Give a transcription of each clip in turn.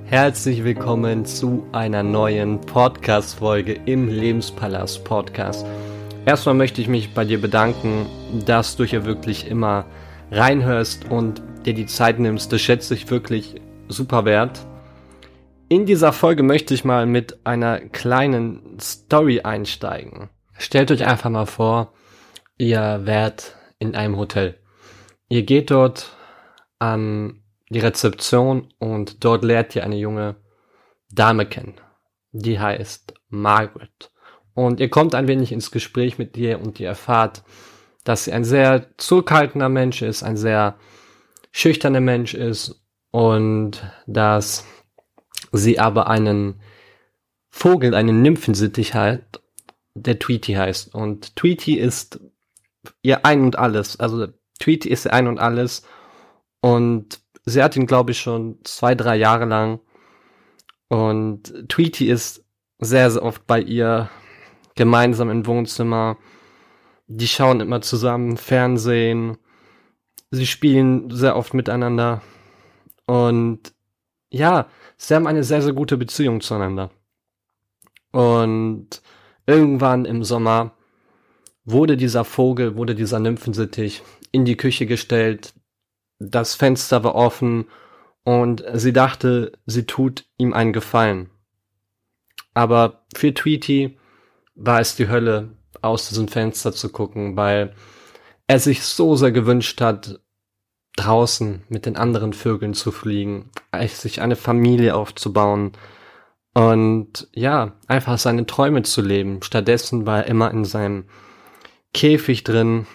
Herzlich willkommen zu einer neuen Podcast-Folge im Lebenspalast Podcast. Erstmal möchte ich mich bei dir bedanken, dass du hier wirklich immer reinhörst und dir die Zeit nimmst. Das schätze ich wirklich super wert. In dieser Folge möchte ich mal mit einer kleinen Story einsteigen. Stellt euch einfach mal vor, ihr wärt in einem Hotel. Ihr geht dort an die Rezeption und dort lernt ihr eine junge Dame kennen. Die heißt Margaret. Und ihr kommt ein wenig ins Gespräch mit ihr und ihr erfahrt, dass sie ein sehr zurückhaltender Mensch ist, ein sehr schüchterner Mensch ist und dass sie aber einen Vogel, einen Nymphensittich hat, der Tweety heißt. Und Tweety ist ihr Ein und Alles. Also Tweety ist ihr Ein und Alles. Und sie hat ihn, glaube ich, schon 2-3 Jahre lang. Und Tweety ist sehr, sehr oft bei ihr gemeinsam im Wohnzimmer. Die schauen immer zusammen Fernsehen. Sie spielen sehr oft miteinander. Und ja, sie haben eine sehr, sehr gute Beziehung zueinander. Und irgendwann im Sommer wurde dieser Nymphensittich in die Küche gestellt. Das Fenster war offen und sie dachte, sie tut ihm einen Gefallen. Aber für Tweety war es die Hölle, aus diesem Fenster zu gucken, weil er sich so sehr gewünscht hat, draußen mit den anderen Vögeln zu fliegen, sich eine Familie aufzubauen und ja, einfach seine Träume zu leben. Stattdessen war er immer in seinem Käfig drin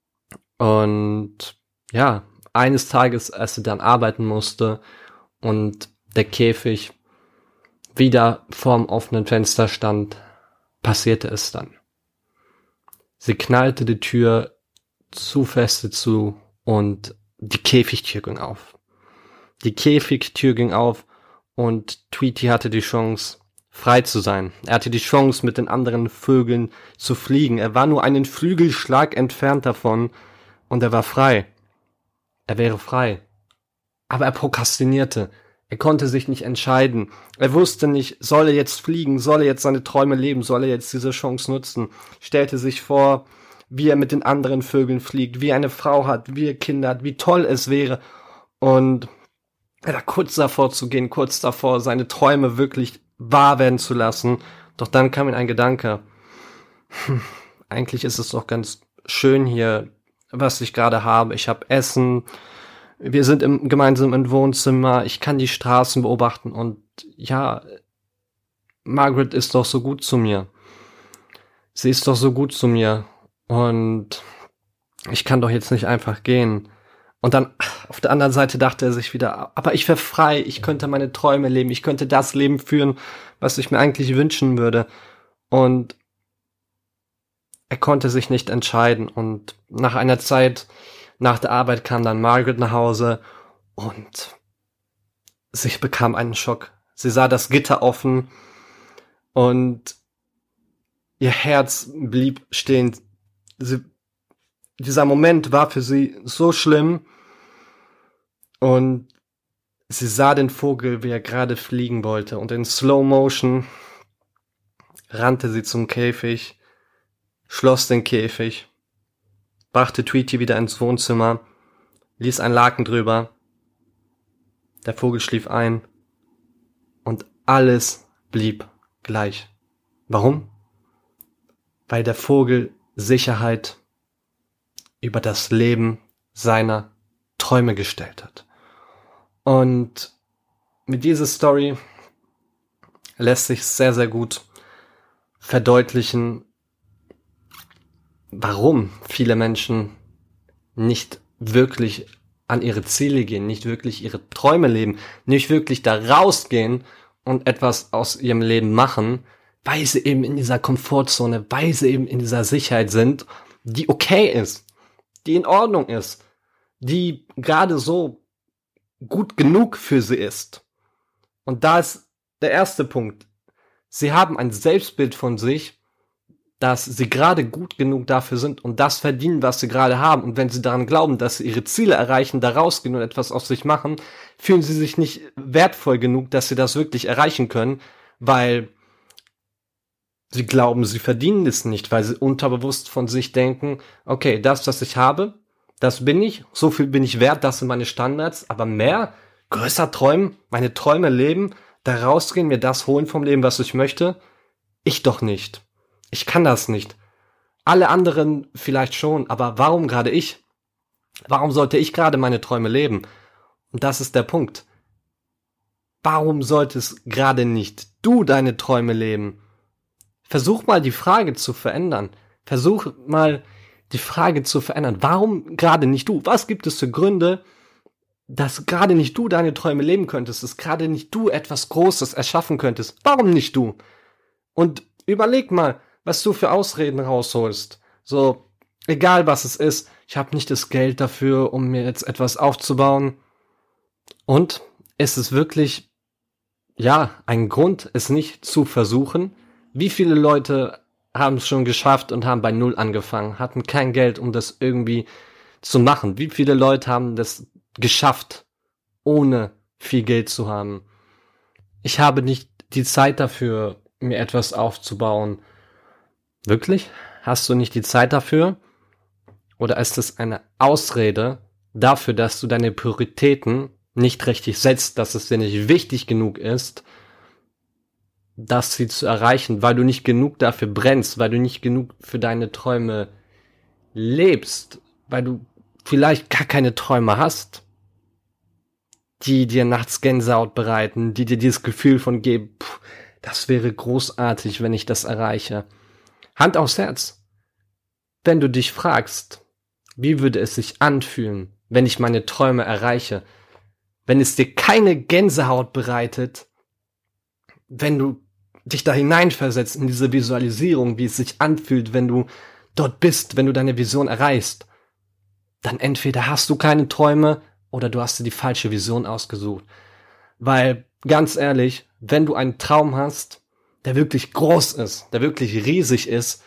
und ja, eines Tages, als sie dann arbeiten musste und der Käfig wieder vorm offenen Fenster stand, passierte es dann. Sie knallte die Tür zu feste zu und die Käfigtür ging auf. Die Käfigtür ging auf und Tweety hatte die Chance, frei zu sein. Er hatte die Chance, mit den anderen Vögeln zu fliegen. Er war nur einen Flügelschlag entfernt davon und er war frei. Er wäre frei. Aber er prokrastinierte. Er konnte sich nicht entscheiden. Er wusste nicht, soll er jetzt fliegen, soll er jetzt seine Träume leben, soll er jetzt diese Chance nutzen. Stellte sich vor, wie er mit den anderen Vögeln fliegt, wie er eine Frau hat, wie er Kinder hat, wie toll es wäre. Und er war kurz davor zu gehen, kurz davor, seine Träume wirklich wahr werden zu lassen. Doch dann kam ihm ein Gedanke. Eigentlich ist es doch ganz schön hier, was ich gerade habe. Ich habe Essen, wir sind gemeinsam im Wohnzimmer, ich kann die Straßen beobachten und ja, Margaret ist doch so gut zu mir. Sie ist doch so gut zu mir und ich kann doch jetzt nicht einfach gehen. Und dann auf der anderen Seite dachte er sich wieder, aber ich wäre frei, ich könnte meine Träume leben, ich könnte das Leben führen, was ich mir eigentlich wünschen würde. Und er konnte sich nicht entscheiden und nach einer Zeit, nach der Arbeit kam dann Margaret nach Hause und sie bekam einen Schock. Sie sah das Gitter offen und ihr Herz blieb stehen. Dieser Moment war für sie so schlimm und sie sah den Vogel, wie er gerade fliegen wollte und in Slow Motion rannte sie zum Käfig, schloss den Käfig, brachte Tweety wieder ins Wohnzimmer, ließ ein Laken drüber, der Vogel schlief ein und alles blieb gleich. Warum? Weil der Vogel Sicherheit über das Leben seiner Träume gestellt hat. Und mit dieser Story lässt sich sehr, sehr gut verdeutlichen, warum viele Menschen nicht wirklich an ihre Ziele gehen, nicht wirklich ihre Träume leben, nicht wirklich da rausgehen und etwas aus ihrem Leben machen, weil sie eben in dieser Komfortzone, weil sie eben in dieser Sicherheit sind, die okay ist, die in Ordnung ist, die gerade so gut genug für sie ist. Und da ist der erste Punkt. Sie haben ein Selbstbild von sich, dass sie gerade gut genug dafür sind und das verdienen, was sie gerade haben. Und wenn sie daran glauben, dass sie ihre Ziele erreichen, da rausgehen und etwas aus sich machen, fühlen sie sich nicht wertvoll genug, dass sie das wirklich erreichen können, weil sie glauben, sie verdienen es nicht, weil sie unterbewusst von sich denken, okay, das, was ich habe, das bin ich, so viel bin ich wert, das sind meine Standards, aber mehr, größer träumen, meine Träume leben, da rausgehen, mir das holen vom Leben, was ich möchte, ich doch nicht. Ich kann das nicht. Alle anderen vielleicht schon, aber warum gerade ich? Warum sollte ich gerade meine Träume leben? Und das ist der Punkt. Warum solltest gerade nicht du deine Träume leben? Versuch mal die Frage zu verändern. Versuch mal die Frage zu verändern. Warum gerade nicht du? Was gibt es für Gründe, dass gerade nicht du deine Träume leben könntest, dass gerade nicht du etwas Großes erschaffen könntest? Warum nicht du? Und überleg mal, was du für Ausreden rausholst. So, egal was es ist, ich habe nicht das Geld dafür, um mir jetzt etwas aufzubauen. Und ist es wirklich, ja, ein Grund, es nicht zu versuchen? Wie viele Leute haben es schon geschafft und haben bei Null angefangen, hatten kein Geld, um das irgendwie zu machen? Wie viele Leute haben das geschafft, ohne viel Geld zu haben? Ich habe nicht die Zeit dafür, mir etwas aufzubauen. Wirklich? Hast du nicht die Zeit dafür? Oder ist es eine Ausrede dafür, dass du deine Prioritäten nicht richtig setzt, dass es dir nicht wichtig genug ist, das Ziel zu erreichen, weil du nicht genug dafür brennst, weil du nicht genug für deine Träume lebst, weil du vielleicht gar keine Träume hast, die dir nachts Gänsehaut bereiten, die dir dieses Gefühl von geben, das wäre großartig, wenn ich das erreiche. Hand aufs Herz. Wenn du dich fragst, wie würde es sich anfühlen, wenn ich meine Träume erreiche, wenn es dir keine Gänsehaut bereitet, wenn du dich da hineinversetzt in diese Visualisierung, wie es sich anfühlt, wenn du dort bist, wenn du deine Vision erreichst, dann entweder hast du keine Träume oder du hast dir die falsche Vision ausgesucht. Weil, ganz ehrlich, wenn du einen Traum hast, der wirklich groß ist, der wirklich riesig ist,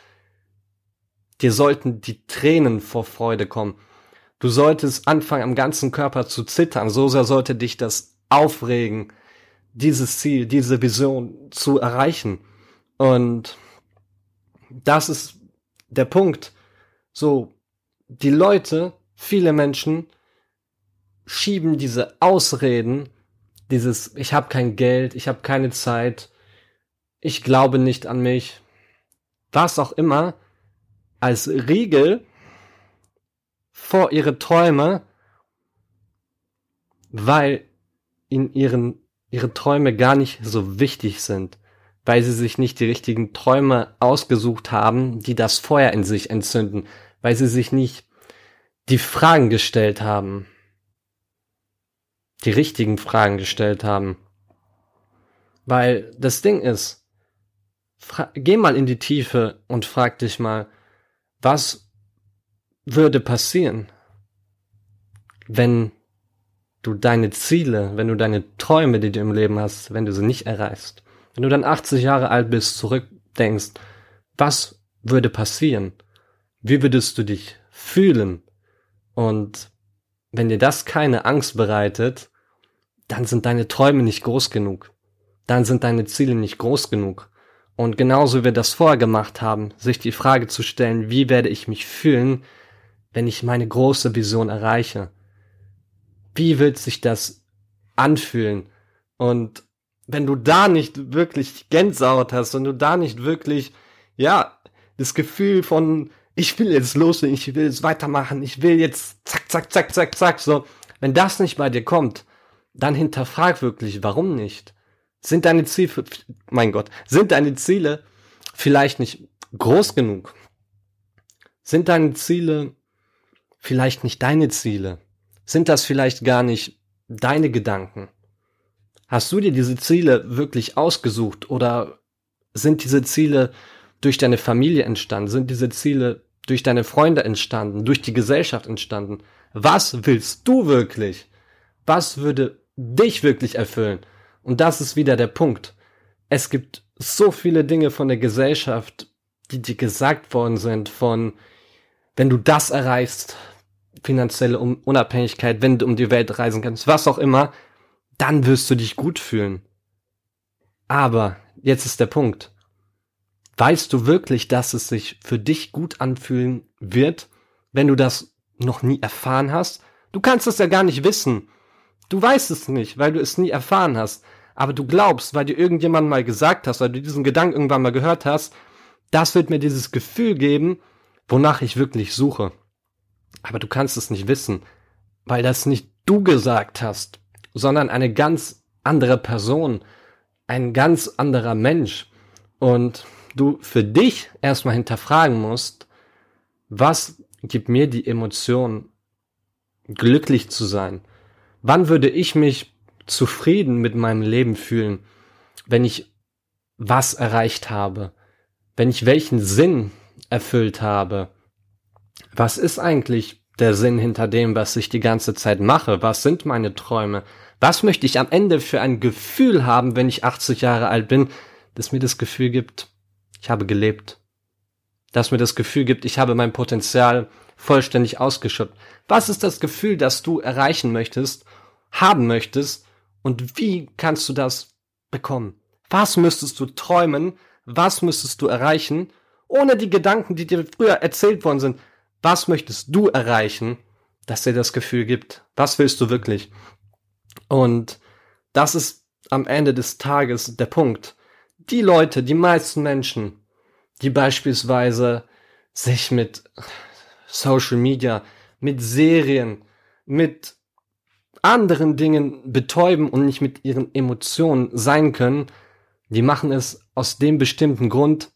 dir sollten die Tränen vor Freude kommen. Du solltest anfangen, am ganzen Körper zu zittern. So sehr sollte dich das aufregen, dieses Ziel, diese Vision zu erreichen. Und das ist der Punkt. So, die Leute, viele Menschen schieben diese Ausreden, dieses ich habe kein Geld, ich habe keine Zeit, ich glaube nicht an mich, was auch immer, als Riegel vor ihre Träume, weil ihre Träume gar nicht so wichtig sind, weil sie sich nicht die richtigen Träume ausgesucht haben, die das Feuer in sich entzünden, weil sie sich nicht die Fragen gestellt haben, die richtigen Fragen gestellt haben. Weil das Ding ist, geh mal in die Tiefe und frag dich mal, was würde passieren, wenn du deine Ziele, wenn du deine Träume, die du im Leben hast, wenn du sie nicht erreichst. Wenn du dann 80 Jahre alt bist, zurückdenkst, was würde passieren? Wie würdest du dich fühlen? Und wenn dir das keine Angst bereitet, dann sind deine Träume nicht groß genug. Dann sind deine Ziele nicht groß genug. Und genauso wie wir das vorher gemacht haben, sich die Frage zu stellen, wie werde ich mich fühlen, wenn ich meine große Vision erreiche? Wie wird sich das anfühlen? Und wenn du da nicht wirklich Gänsehaut hast und du da nicht wirklich, ja, das Gefühl von, ich will jetzt loslegen, ich will jetzt weitermachen, ich will jetzt zack, zack, zack, zack, zack, so. Wenn das nicht bei dir kommt, dann hinterfrag wirklich, warum nicht? Sind deine Ziele, mein Gott, sind deine Ziele vielleicht nicht groß genug? Sind deine Ziele vielleicht nicht deine Ziele? Sind das vielleicht gar nicht deine Gedanken? Hast du dir diese Ziele wirklich ausgesucht oder sind diese Ziele durch deine Familie entstanden? Sind diese Ziele durch deine Freunde entstanden? Durch die Gesellschaft entstanden? Was willst du wirklich? Was würde dich wirklich erfüllen? Und das ist wieder der Punkt. Es gibt so viele Dinge von der Gesellschaft, die dir gesagt worden sind von, wenn du das erreichst, finanzielle Unabhängigkeit, wenn du um die Welt reisen kannst, was auch immer, dann wirst du dich gut fühlen. Aber jetzt ist der Punkt. Weißt du wirklich, dass es sich für dich gut anfühlen wird, wenn du das noch nie erfahren hast? Du kannst es ja gar nicht wissen. Du weißt es nicht, weil du es nie erfahren hast. Aber du glaubst, weil dir irgendjemand mal gesagt hast, weil du diesen Gedanken irgendwann mal gehört hast, das wird mir dieses Gefühl geben, wonach ich wirklich suche. Aber du kannst es nicht wissen, weil das nicht du gesagt hast, sondern eine ganz andere Person, ein ganz anderer Mensch. Und du für dich erstmal hinterfragen musst, was gibt mir die Emotion, glücklich zu sein? Wann würde ich mich zufrieden mit meinem Leben fühlen, wenn ich was erreicht habe? Wenn ich welchen Sinn erfüllt habe? Was ist eigentlich der Sinn hinter dem, was ich die ganze Zeit mache? Was sind meine Träume? Was möchte ich am Ende für ein Gefühl haben, wenn ich 80 Jahre alt bin, das mir das Gefühl gibt, ich habe gelebt. Das mir das Gefühl gibt, ich habe mein Potenzial vollständig ausgeschöpft. Was ist das Gefühl, das du erreichen möchtest, haben möchtest, und wie kannst du das bekommen? Was müsstest du träumen? Was müsstest du erreichen? Ohne die Gedanken, die dir früher erzählt worden sind. Was möchtest du erreichen, dass dir das Gefühl gibt? Was willst du wirklich? Und das ist am Ende des Tages der Punkt. Die Leute, die meisten Menschen, die beispielsweise sich mit Social Media, mit Serien, mit anderen Dingen betäuben und nicht mit ihren Emotionen sein können, die machen es aus dem bestimmten Grund,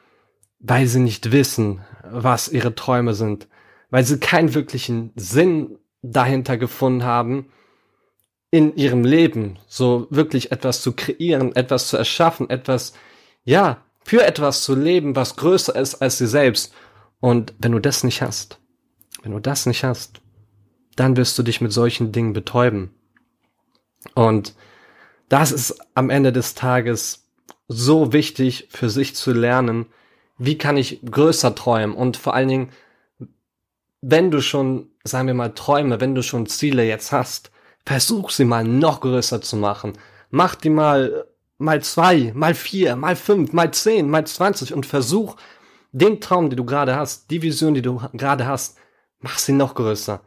weil sie nicht wissen, was ihre Träume sind, weil sie keinen wirklichen Sinn dahinter gefunden haben, in ihrem Leben so wirklich etwas zu kreieren, etwas zu erschaffen, etwas, ja, für etwas zu leben, was größer ist als sie selbst. Und wenn du das nicht hast, dann wirst du dich mit solchen Dingen betäuben. Und das ist am Ende des Tages so wichtig für sich zu lernen, wie kann ich größer träumen, und vor allen Dingen, wenn du schon, sagen wir mal, Träume, wenn du schon Ziele jetzt hast, versuch sie mal noch größer zu machen. Mach die mal 2, mal 4, mal 5, mal 10, mal 20 und versuch den Traum, den du gerade hast, die Vision, die du gerade hast, mach sie noch größer.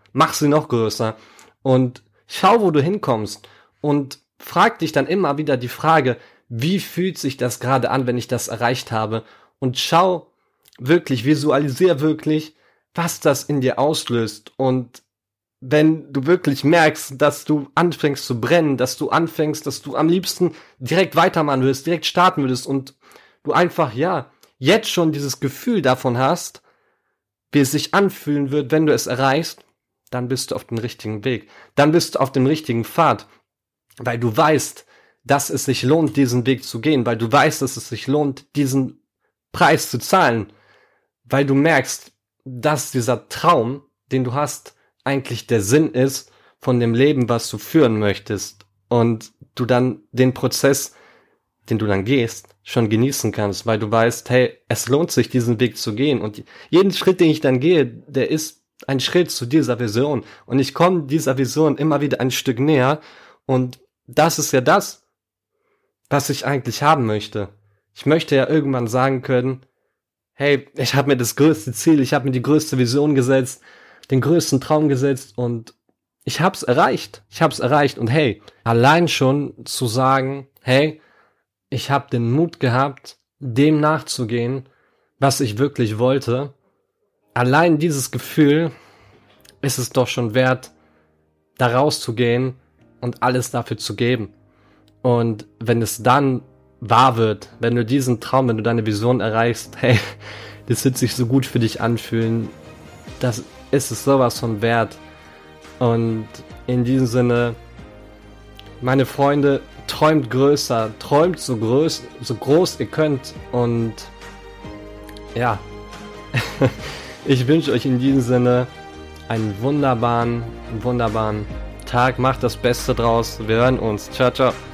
Und schau, wo du hinkommst, und frag dich dann immer wieder die Frage, wie fühlt sich das gerade an, wenn ich das erreicht habe? Und schau wirklich, visualisier wirklich, was das in dir auslöst. Und wenn du wirklich merkst, dass du anfängst zu brennen, dass du am liebsten direkt weitermachen würdest, direkt starten würdest, und du einfach, ja, jetzt schon dieses Gefühl davon hast, wie es sich anfühlen wird, wenn du es erreichst, dann bist du auf dem richtigen Weg. Dann bist du auf dem richtigen Pfad, weil du weißt, dass es sich lohnt, diesen Weg zu gehen, weil du weißt, dass es sich lohnt, diesen Preis zu zahlen, weil du merkst, dass dieser Traum, den du hast, eigentlich der Sinn ist von dem Leben, was du führen möchtest, und du dann den Prozess, den du dann gehst, schon genießen kannst, weil du weißt, hey, es lohnt sich, diesen Weg zu gehen, und jeden Schritt, den ich dann gehe, der ist ein Schritt zu dieser Vision, und ich komme dieser Vision immer wieder ein Stück näher, und das ist ja das, was ich eigentlich haben möchte. Ich möchte ja irgendwann sagen können, hey, ich habe mir das größte Ziel, ich habe mir die größte Vision gesetzt, den größten Traum gesetzt, und ich hab's erreicht. Und hey, allein schon zu sagen, hey, ich habe den Mut gehabt, dem nachzugehen, was ich wirklich wollte. Allein dieses Gefühl ist es doch schon wert, da rauszugehen und alles dafür zu geben. Und wenn es dann wahr wird, wenn du diesen Traum, wenn du deine Vision erreichst, hey, das wird sich so gut für dich anfühlen, das ist es sowas von wert. Und in diesem Sinne, meine Freunde, träumt größer, träumt so groß ihr könnt, und ja, ich wünsche euch in diesem Sinne einen wunderbaren Tag, macht das Beste draus, wir hören uns, ciao, ciao.